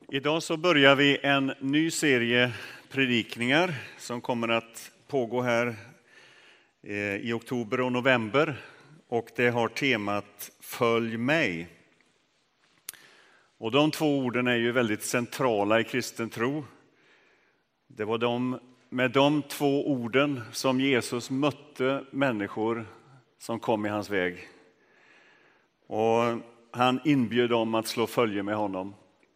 Idag så börjar vi en ny serie predikningar som kommer att pågå här i oktober och november. Och det har temat Följ mig. Och de två orden är ju väldigt centrala i kristen tro. Det var med de två orden som Jesus mötte människor som kom i hans väg. Och han inbjöd dem att slå följe med honom.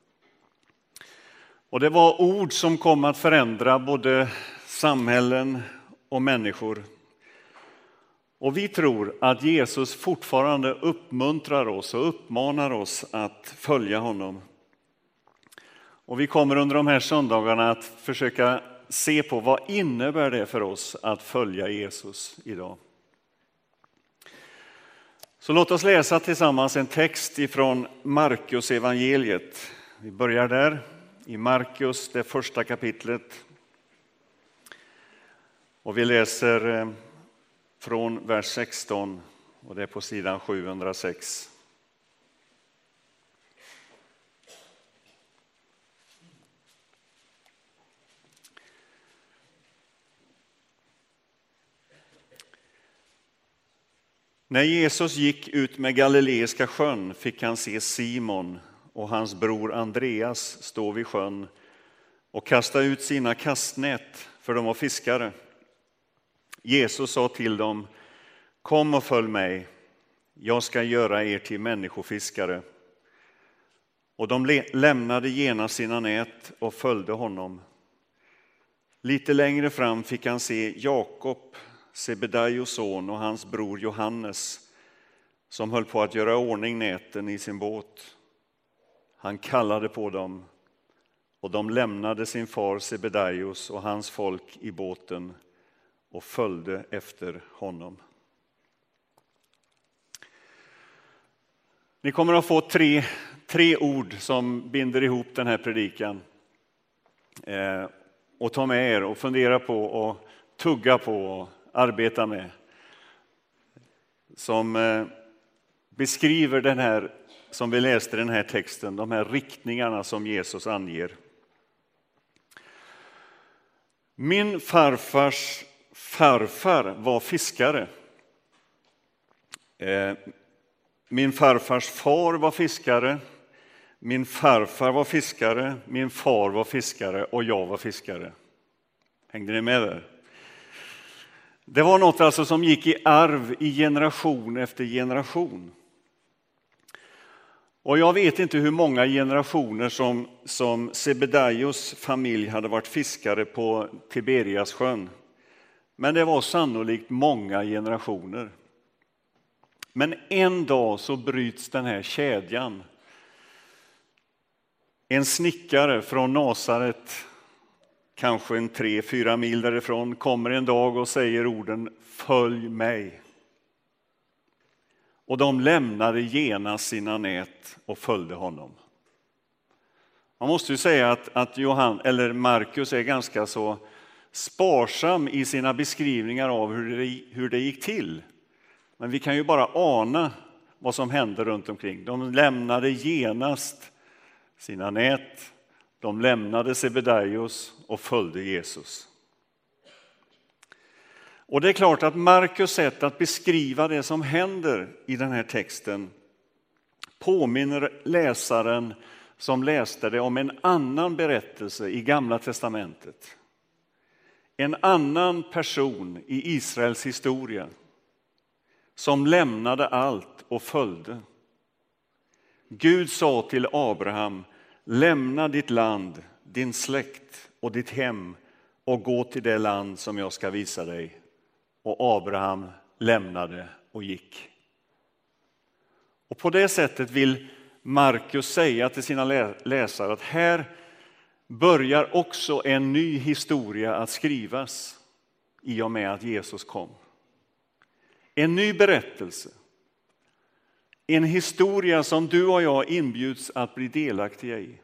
Och det var ord som kom att förändra både samhällen och människor. Och vi tror att Jesus fortfarande uppmuntrar oss och uppmanar oss att följa honom. Och vi kommer under de här söndagarna att försöka se på vad innebär det för oss att följa Jesus idag. Så låt oss läsa tillsammans en text ifrån Markus evangeliet. Vi börjar där. I Markus, det första kapitlet. Och vi läser från vers 16 och det är på sidan 706. När Jesus gick ut med Galileiska sjön fick han se Simon och hans bror Andreas stå vid sjön och kasta ut sina kastnät, för de var fiskare. Jesus sa till dem: kom och följ mig, jag ska göra er till människofiskare. Och de lämnade genast sina nät och följde honom. Lite längre fram fick han se Jakob, Sebedaios son, och hans bror Johannes, som höll på att göra ordning näten i sin båt. Han kallade på dem, och de lämnade sin far Sebedaios och hans folk i båten och följde efter honom. Ni kommer att få tre ord som binder ihop den här predikan. Och ta med er och fundera på och tugga på och arbeta med. Som beskriver den här, som vi läste i den här texten, de här riktningarna som Jesus anger. Min farfars farfar var fiskare. Min farfars far var fiskare. Min farfar var fiskare. Min far var fiskare och jag var fiskare. Hängde ni med där? Det var något alltså som gick i arv i generation efter generation. Och jag vet inte hur många generationer som Sebedaios familj hade varit fiskare på Tiberiassjön. Men det var sannolikt många generationer. Men en dag så bryts den här kedjan. En snickare från Nasaret, kanske 3-4 mil därifrån, kommer en dag och säger orden: följ mig. Och de lämnade genast sina nät och följde honom. Man måste ju säga att Markus är ganska så sparsam i sina beskrivningar av hur det gick till. Men vi kan ju bara ana vad som hände runt omkring. De lämnade genast sina nät. De lämnade Sebedaios och följde Jesus. Och det är klart att Markus sätt att beskriva det som händer i den här texten påminner läsaren som läste det om en annan berättelse i Gamla testamentet. En annan person i Israels historia som lämnade allt och följde. Gud sa till Abraham: lämna ditt land, din släkt och ditt hem och gå till det land som jag ska visa dig. Och Abraham lämnade och gick. Och på det sättet vill Markus säga till sina läsare att här börjar också en ny historia att skrivas i och med att Jesus kom. En ny berättelse. En historia som du och jag inbjuds att bli delaktiga i.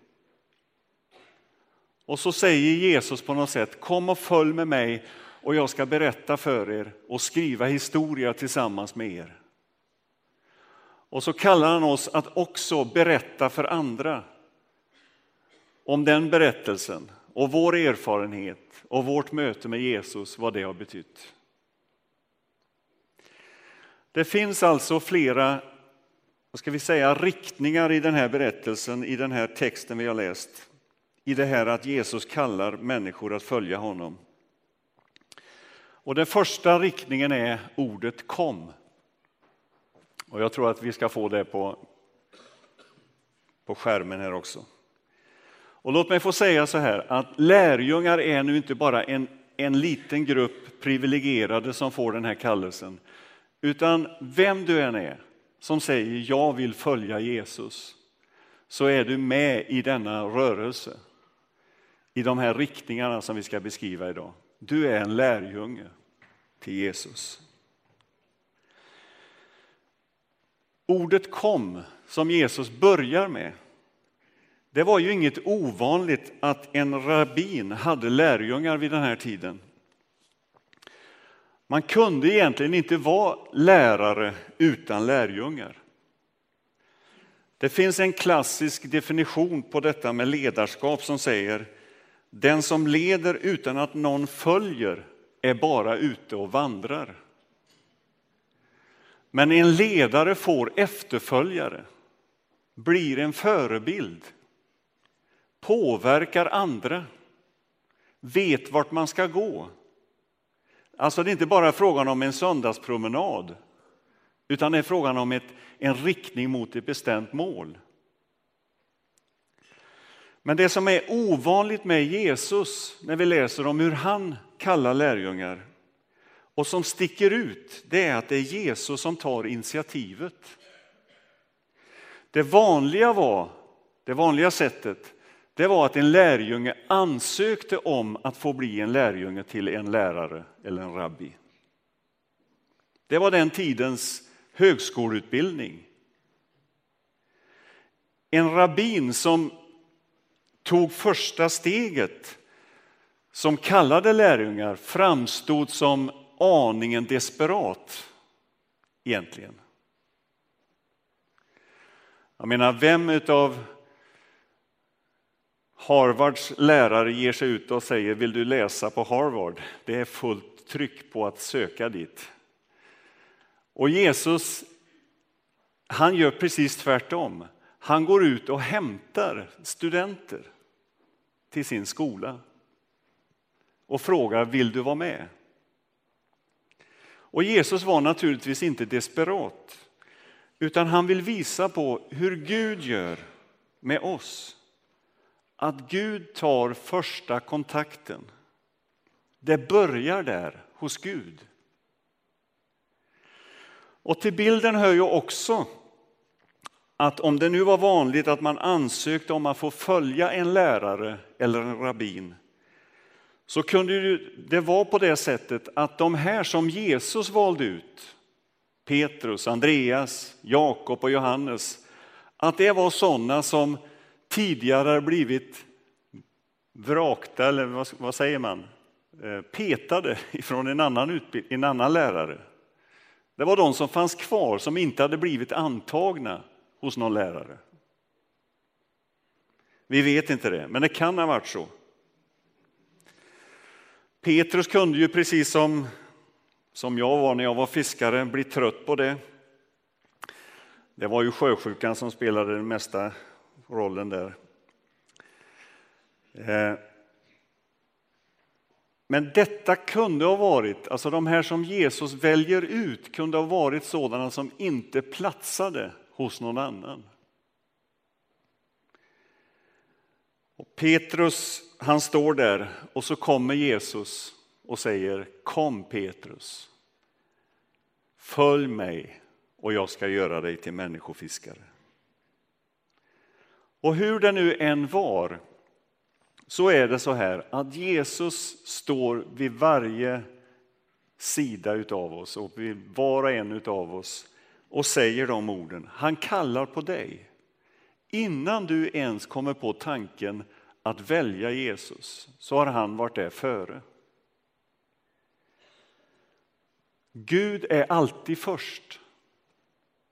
Och så säger Jesus på något sätt: kom och följ med mig och jag ska berätta för er och skriva historia tillsammans med er. Och så kallar han oss att också berätta för andra. om den berättelsen och vår erfarenhet och vårt möte med Jesus, vad det har betytt. Det finns alltså flera, riktningar i den här berättelsen, i den här texten vi har läst. I det här att Jesus kallar människor att följa honom. Och den första riktningen är ordet kom. Och jag tror att vi ska få det på skärmen här också. Och låt mig få säga så här, att lärjungar är nu inte bara en liten grupp privilegierade som får den här kallelsen. Utan vem du än är som säger jag vill följa Jesus, så är du med i denna rörelse. I de här riktningarna som vi ska beskriva idag. Du är en lärjunge till Jesus. Ordet kom som Jesus börjar med. Det var ju inget ovanligt att en rabbin hade lärjungar vid den här tiden. Man kunde egentligen inte vara lärare utan lärjungar. Det finns en klassisk definition på detta med ledarskap som säger: den som leder utan att någon följer är bara ute och vandrar. Men en ledare får efterföljare, blir en förebild, påverkar andra, vet vart man ska gå. Alltså det är inte bara frågan om en söndagspromenad, utan det är frågan om en riktning mot ett bestämt mål. Men det som är ovanligt med Jesus när vi läser om hur han kallar lärjungar och som sticker ut, det är att det är Jesus som tar initiativet. Det vanliga sättet, det var att en lärjunge ansökte om att få bli en lärjunge till en lärare eller en rabbi. Det var den tidens högskoleutbildning. En rabbin som tog första steget, som kallade lärjungar, framstod som aningen desperat egentligen. Jag menar, vem utav Harvards lärare ger sig ut och säger vill du läsa på Harvard? Det är fullt tryck på att söka dit. Och Jesus, han gör precis tvärtom. Han går ut och hämtar studenter till sin skola och frågar vill du vara med? Och Jesus var naturligtvis inte desperat, utan han vill visa på hur Gud gör med oss. Att Gud tar första kontakten. Det börjar där hos Gud. Och till bilden hör ju också att om det nu var vanligt att man ansökte om att få följa en lärare eller en rabbin, så kunde det vara på det sättet att de här som Jesus valde ut, Petrus, Andreas, Jakob och Johannes, att det var sådana som tidigare blivit vrakta, eller vad säger man, petade ifrån en annan lärare. Det var de som fanns kvar som inte hade blivit antagna hos någon lärare. Vi vet inte det, men det kan ha varit så. Petrus kunde ju precis som jag var när jag var fiskare bli trött på det. Det var ju sjösjukan som spelade den mesta rollen där. Men detta kunde ha varit, alltså de här som Jesus väljer ut kunde ha varit sådana som inte platsade hos någon annan. Och Petrus, han står där och så kommer Jesus och säger: kom Petrus, följ mig och jag ska göra dig till människofiskare. Och hur det nu än var, så är det så här att Jesus står vid varje sida utav oss och vid var och en utav oss och säger de orden. Han kallar på dig. Innan du ens kommer på tanken att välja Jesus, så har han varit där före. Gud är alltid först.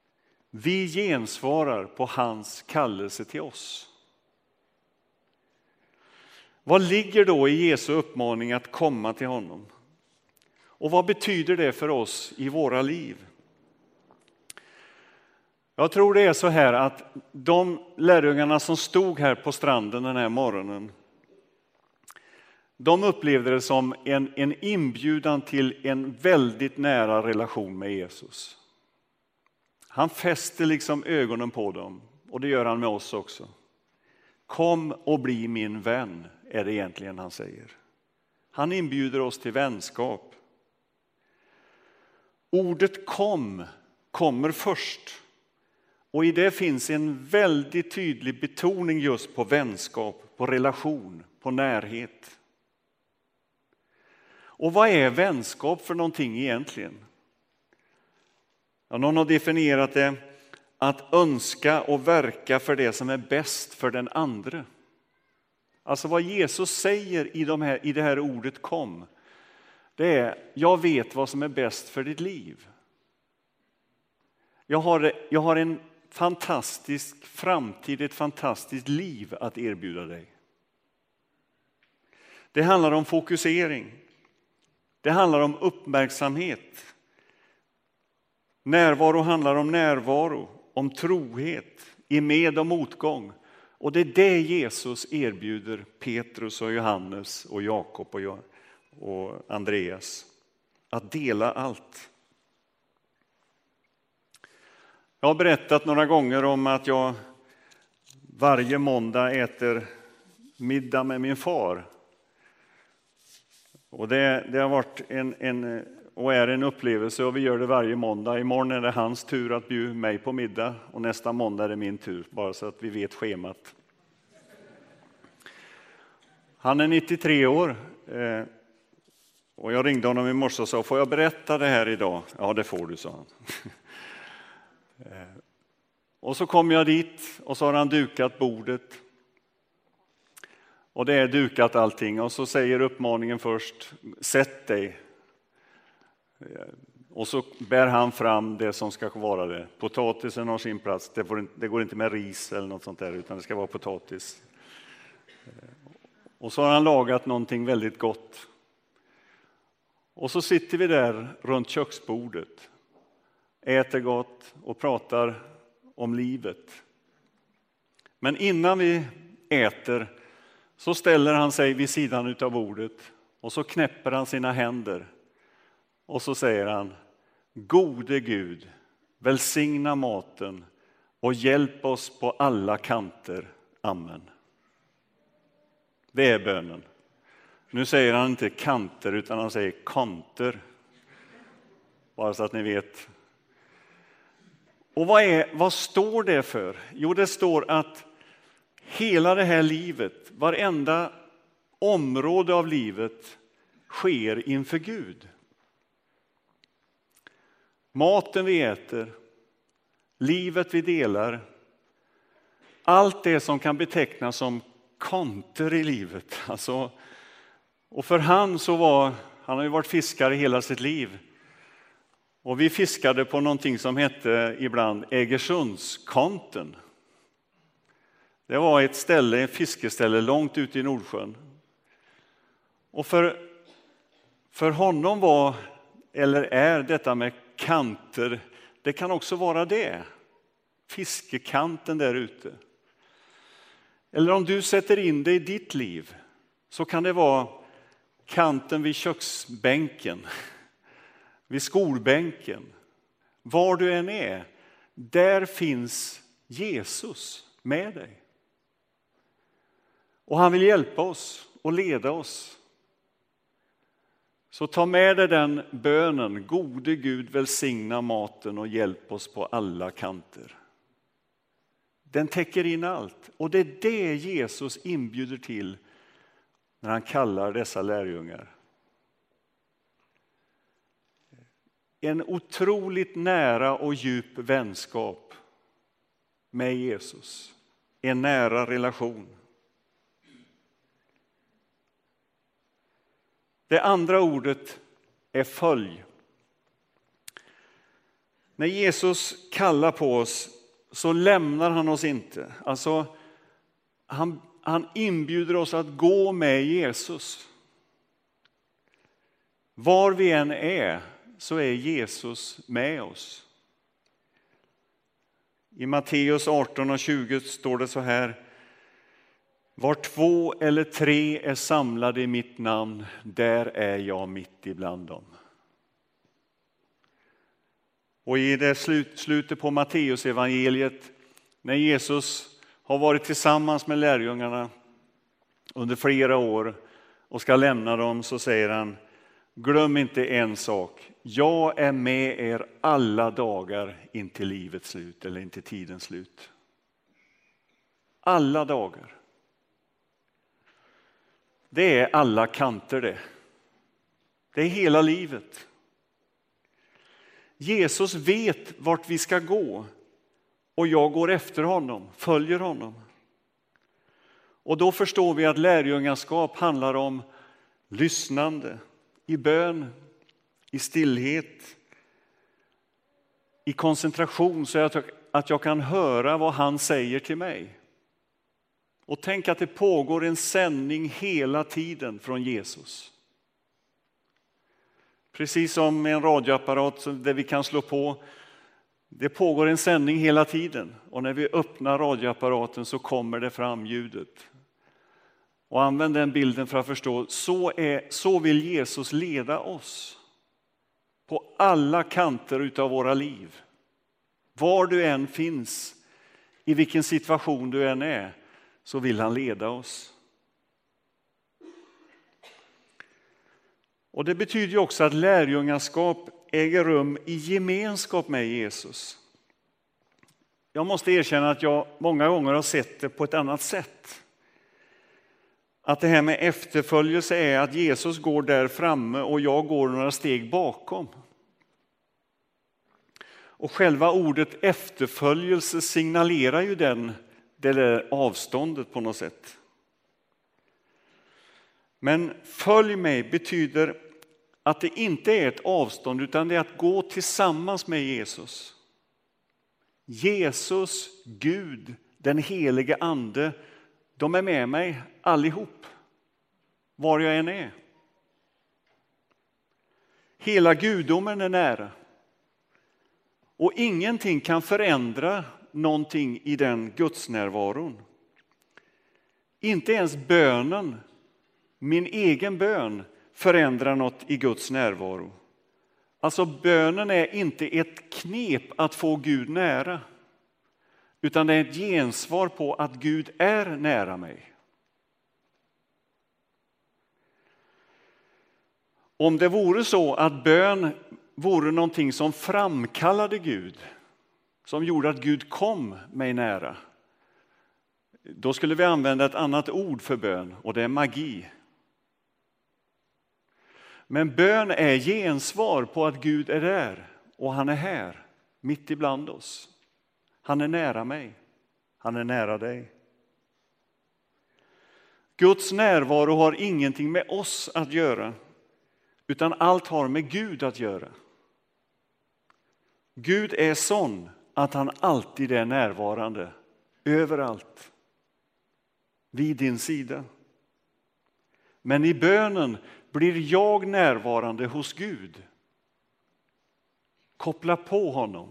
Vi gensvarar på hans kallelse till oss. Vad ligger då i Jesu uppmaning att komma till honom? Och vad betyder det för oss i våra liv? Jag tror det är så här att de lärjungarna som stod här på stranden den här morgonen, de upplevde det som en inbjudan till en väldigt nära relation med Jesus. Han fäster liksom ögonen på dem, och det gör han med oss också. Kom och bli min vän, är det egentligen han säger. Han inbjuder oss till vänskap. Ordet kommer först. Och i det finns en väldigt tydlig betoning just på vänskap, på relation, på närhet. Och vad är vänskap för någonting egentligen? Ja, någon har definierat det att önska och verka för det som är bäst för den andra. Alltså vad Jesus säger i det här ordet kom, det är: jag vet vad som är bäst för ditt liv. Jag har en fantastisk framtid, ett fantastiskt liv att erbjuda dig. Det handlar om fokusering. Det handlar om uppmärksamhet. Närvaro handlar om närvaro, om trohet, i med- och motgång. Och det är det Jesus erbjuder Petrus och Johannes och Jakob och Andreas. Att dela allt. Jag har berättat några gånger om att jag varje måndag äter middag med min far. Och det har varit och är en upplevelse, och vi gör det varje måndag. Imorgon är det hans tur att bjuda mig på middag, och nästa måndag är det min tur, bara så att vi vet schemat. Han är 93 år, och jag ringde honom i morse och sa: får jag berätta det här idag? Ja, det får du, sa han. Och så kom jag dit, och så har han dukat bordet. Och det är dukat allting, och så säger uppmaningen först: sätt dig. Och så bär han fram det som ska vara det. Potatisen har sin plats. Det går inte med ris eller något sånt där, utan det ska vara potatis. Och så har han lagat någonting väldigt gott. Och så sitter vi där runt köksbordet, äter gott och pratar om livet. Men innan vi äter så ställer han sig vid sidan av bordet, och så knäpper han sina händer. Och så säger han: gode Gud, välsigna maten och hjälp oss på alla kanter. Amen. Det är bönen. Nu säger han inte kanter, utan han säger kanter. Bara så att ni vet. Och vad står det för? Jo, det står att hela det här livet, varenda område av livet, sker inför Gud. Maten vi äter, livet vi delar, allt det som kan betecknas som konter i livet. Alltså, och för han har ju varit fiskare hela sitt liv. Och vi fiskade på någonting som hette ibland Egersundskonten. Det var ett fiskeställe långt ute i Nordsjön. Och för honom är detta med kanter, det kan också vara det. Fiskekanten där ute. Eller om du sätter in det i ditt liv, så kan det vara kanten vid köksbänken, vid skolbänken. Var du än är, där finns Jesus med dig. Och han vill hjälpa oss och leda oss. Så ta med dig den bönen: gode Gud, välsigna maten och hjälp oss på alla kanter. Den täcker in allt, och det är det Jesus inbjuder till när han kallar dessa lärjungar. En otroligt nära och djup vänskap med Jesus. En nära relation. Det andra ordet är följ. När Jesus kallar på oss så lämnar han oss inte. Alltså, han inbjuder oss att gå med Jesus. Var vi än är så är Jesus med oss. I Matteus 18:20 står det så här: var 2 eller 3 är samlade i mitt namn, där är jag mitt ibland dem. Och i det slutet på Matteus evangeliet, när Jesus har varit tillsammans med lärjungarna under flera år och ska lämna dem, så säger han: glöm inte en sak, jag är med er alla dagar in till livets slut eller in till tidens slut. Alla dagar. Det är alla kanter det. Det är hela livet. Jesus vet vart vi ska gå och jag går efter honom, följer honom. Och då förstår vi att lärjungaskap handlar om lyssnande, i bön, i stillhet, i koncentration så att jag kan höra vad han säger till mig. Och tänk att det pågår en sändning hela tiden från Jesus. Precis som med en radioapparat där vi kan slå på. Det pågår en sändning hela tiden. Och när vi öppnar radioapparaten så kommer det fram ljudet. Och använd den bilden för att förstå. Så vill Jesus leda oss. På alla kanter utav våra liv. Var du än finns. I vilken situation du än är. Så vill han leda oss. Och det betyder ju också att lärjungaskap äger rum i gemenskap med Jesus. Jag måste erkänna att jag många gånger har sett det på ett annat sätt. Att det här med efterföljelse är att Jesus går där framme och jag går några steg bakom. Och själva ordet efterföljelse signalerar ju det där avståndet på något sätt. Men följ mig betyder att det inte är ett avstånd utan det är att gå tillsammans med Jesus. Jesus, Gud, den helige ande, de är med mig allihop, var jag än är. Hela gudomen är nära. Och ingenting kan förändra någonting i den gudsnärvaron. Inte ens bönen, min egen bön, förändrar något i Guds närvaro. Alltså bönen är inte ett knep att få Gud nära. Utan det är ett gensvar på att Gud är nära mig. Om det vore så att bön vore någonting som framkallade Gud, som gjorde att Gud kom mig nära, då skulle vi använda ett annat ord för bön och det är magi. Men bön är gensvar på att Gud är där och han är här, mitt ibland oss. Han är nära mig, han är nära dig. Guds närvaro har ingenting med oss att göra, utan allt har med Gud att göra. Gud är sån att han alltid är närvarande, överallt, vid din sida. Men i bönen blir jag närvarande hos Gud. Koppla på honom.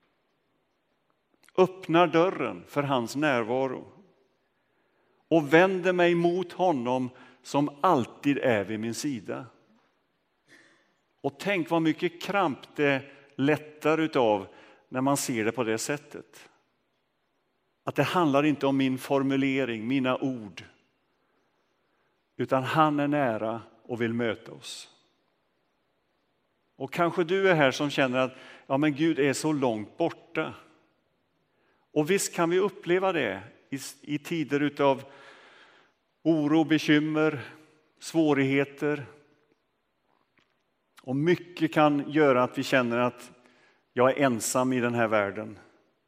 Öppnar dörren för hans närvaro. Och vänder mig mot honom som alltid är vid min sida. Och tänk vad mycket kramp det lättar utav när man ser det på det sättet. Att det handlar inte om min formulering, mina ord. Utan han är nära och vill möta oss. Och kanske du är här som känner att ja, men Gud är så långt borta. Och visst kan vi uppleva det i tider utav oro, bekymmer, svårigheter. Och mycket kan göra att vi känner att jag är ensam i den här världen.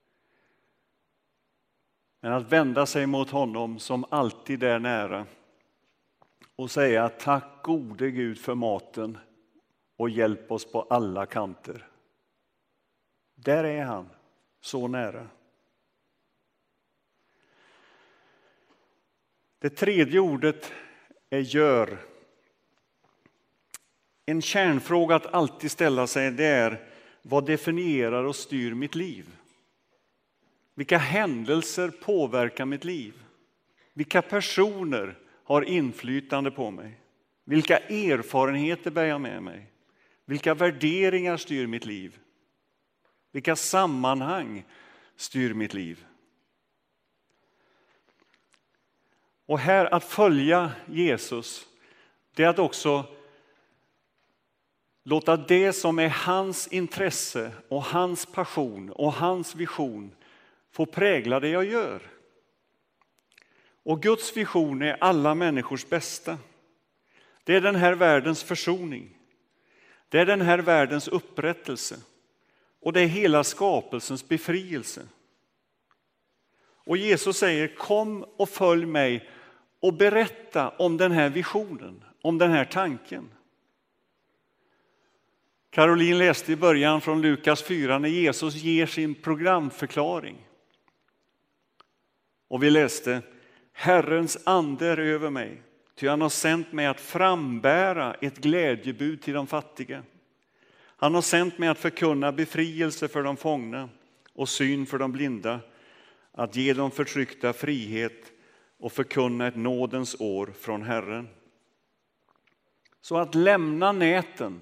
Men att vända sig mot honom som alltid är nära. Och säga tack gode Gud för maten och hjälp oss på alla kanter. Där är han, så nära. Det tredje ordet är gör. En kärnfråga att alltid ställa sig, det är: vad definierar och styr mitt liv? Vilka händelser påverkar mitt liv? Vilka personer har inflytande på mig? Vilka erfarenheter bär jag med mig? Vilka värderingar styr mitt liv? Vilka sammanhang styr mitt liv? Och här, att följa Jesus, det är att också låta det som är hans intresse och hans passion och hans vision få prägla det jag gör. Och Guds vision är alla människors bästa. Det är den här världens försoning. Det är den här världens upprättelse. Och det är hela skapelsens befrielse. Och Jesus säger: kom och följ mig och berätta om den här visionen, om den här tanken. Caroline läste i början från Lukas 4 när Jesus ger sin programförklaring. Och vi läste: Herrens ande är över mig, ty han har sänt mig att frambära ett glädjebud till de fattiga. Han har sänt mig att förkunna befrielse för de fångna och syn för de blinda, att ge de förtryckta frihet och förkunna ett nådens år från Herren. Så att lämna näten,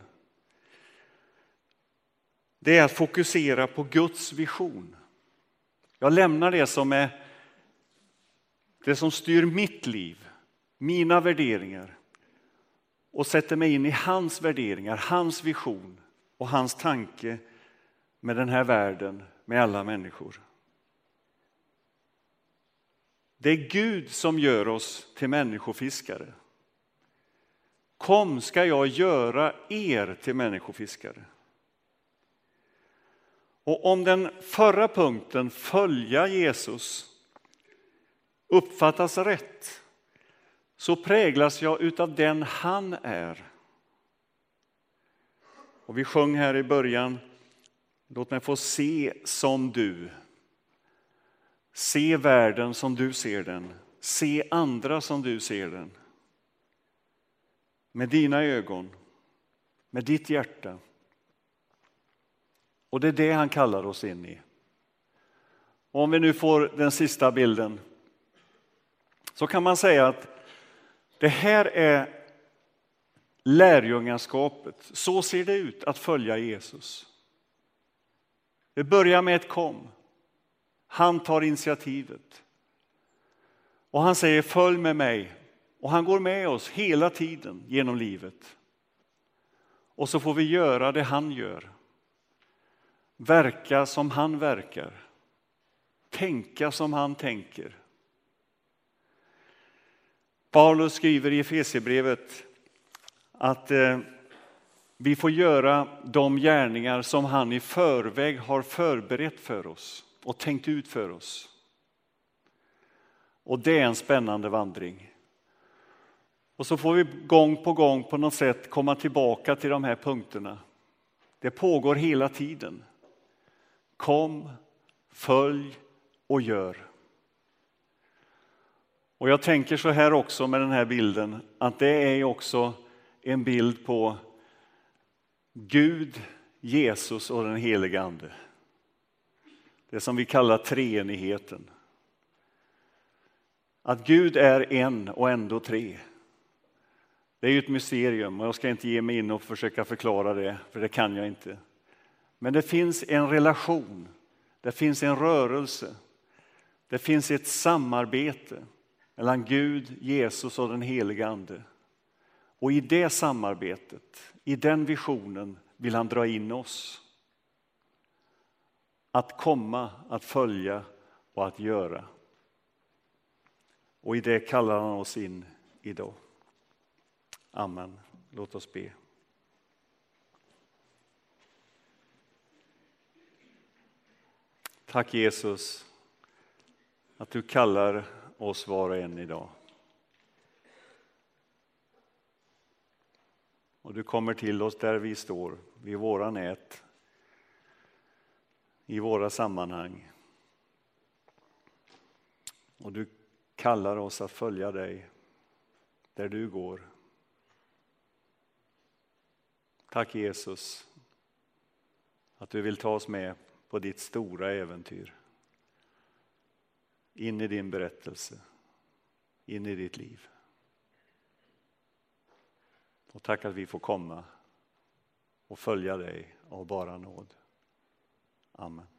det är att fokusera på Guds vision. Jag lämnar det som är det som styr mitt liv, mina värderingar, och sätter mig in i hans värderingar, hans vision och hans tanke med den här världen, med alla människor. Det är Gud som gör oss till människofiskare. Kom, ska jag göra er till människofiskare. Och om den förra punkten, följa Jesus, uppfattas rätt, så präglas jag utav den han är. Och vi sjöng här i början: låt mig få se som du. Se världen som du ser den. Se andra som du ser den. Med dina ögon, med ditt hjärta. Och det är det han kallar oss in i. Och om vi nu får den sista bilden, så kan man säga att det här är lärjungaskapet. Så ser det ut att följa Jesus. Det börjar med ett kom. Han tar initiativet. Och han säger: följ med mig. Och han går med oss hela tiden genom livet. Och så får vi göra det han gör. Verka som han verkar. Tänka som han tänker. Paulus skriver i Efesierbrevet att vi får göra de gärningar som han i förväg har förberett för oss och tänkt ut för oss. Och det är en spännande vandring. Och så får vi gång på gång på något sätt komma tillbaka till de här punkterna. Det pågår hela tiden. Kom, följ och gör. Och jag tänker så här också med den här bilden, att det är också en bild på Gud, Jesus och den helige ande. Det som vi kallar treenigheten. Att Gud är en och ändå tre. Det är ju ett mysterium och jag ska inte ge mig in och försöka förklara det, för det kan jag inte. Men det finns en relation, det finns en rörelse, det finns ett samarbete mellan Gud, Jesus och den helige ande. Och i det samarbetet, i den visionen vill han dra in oss. Att komma, att följa och att göra. Och i det kallar han oss in idag. Amen. Låt oss be. Tack Jesus att du kallar oss var och en idag. Och du kommer till oss där vi står, vid våra nät, i våra sammanhang. Och du kallar oss att följa dig där du går. Tack Jesus att du vill ta oss med på ditt stora äventyr. In i din berättelse, in i ditt liv. Och tack att vi får komma och följa dig av bara nåd. Amen.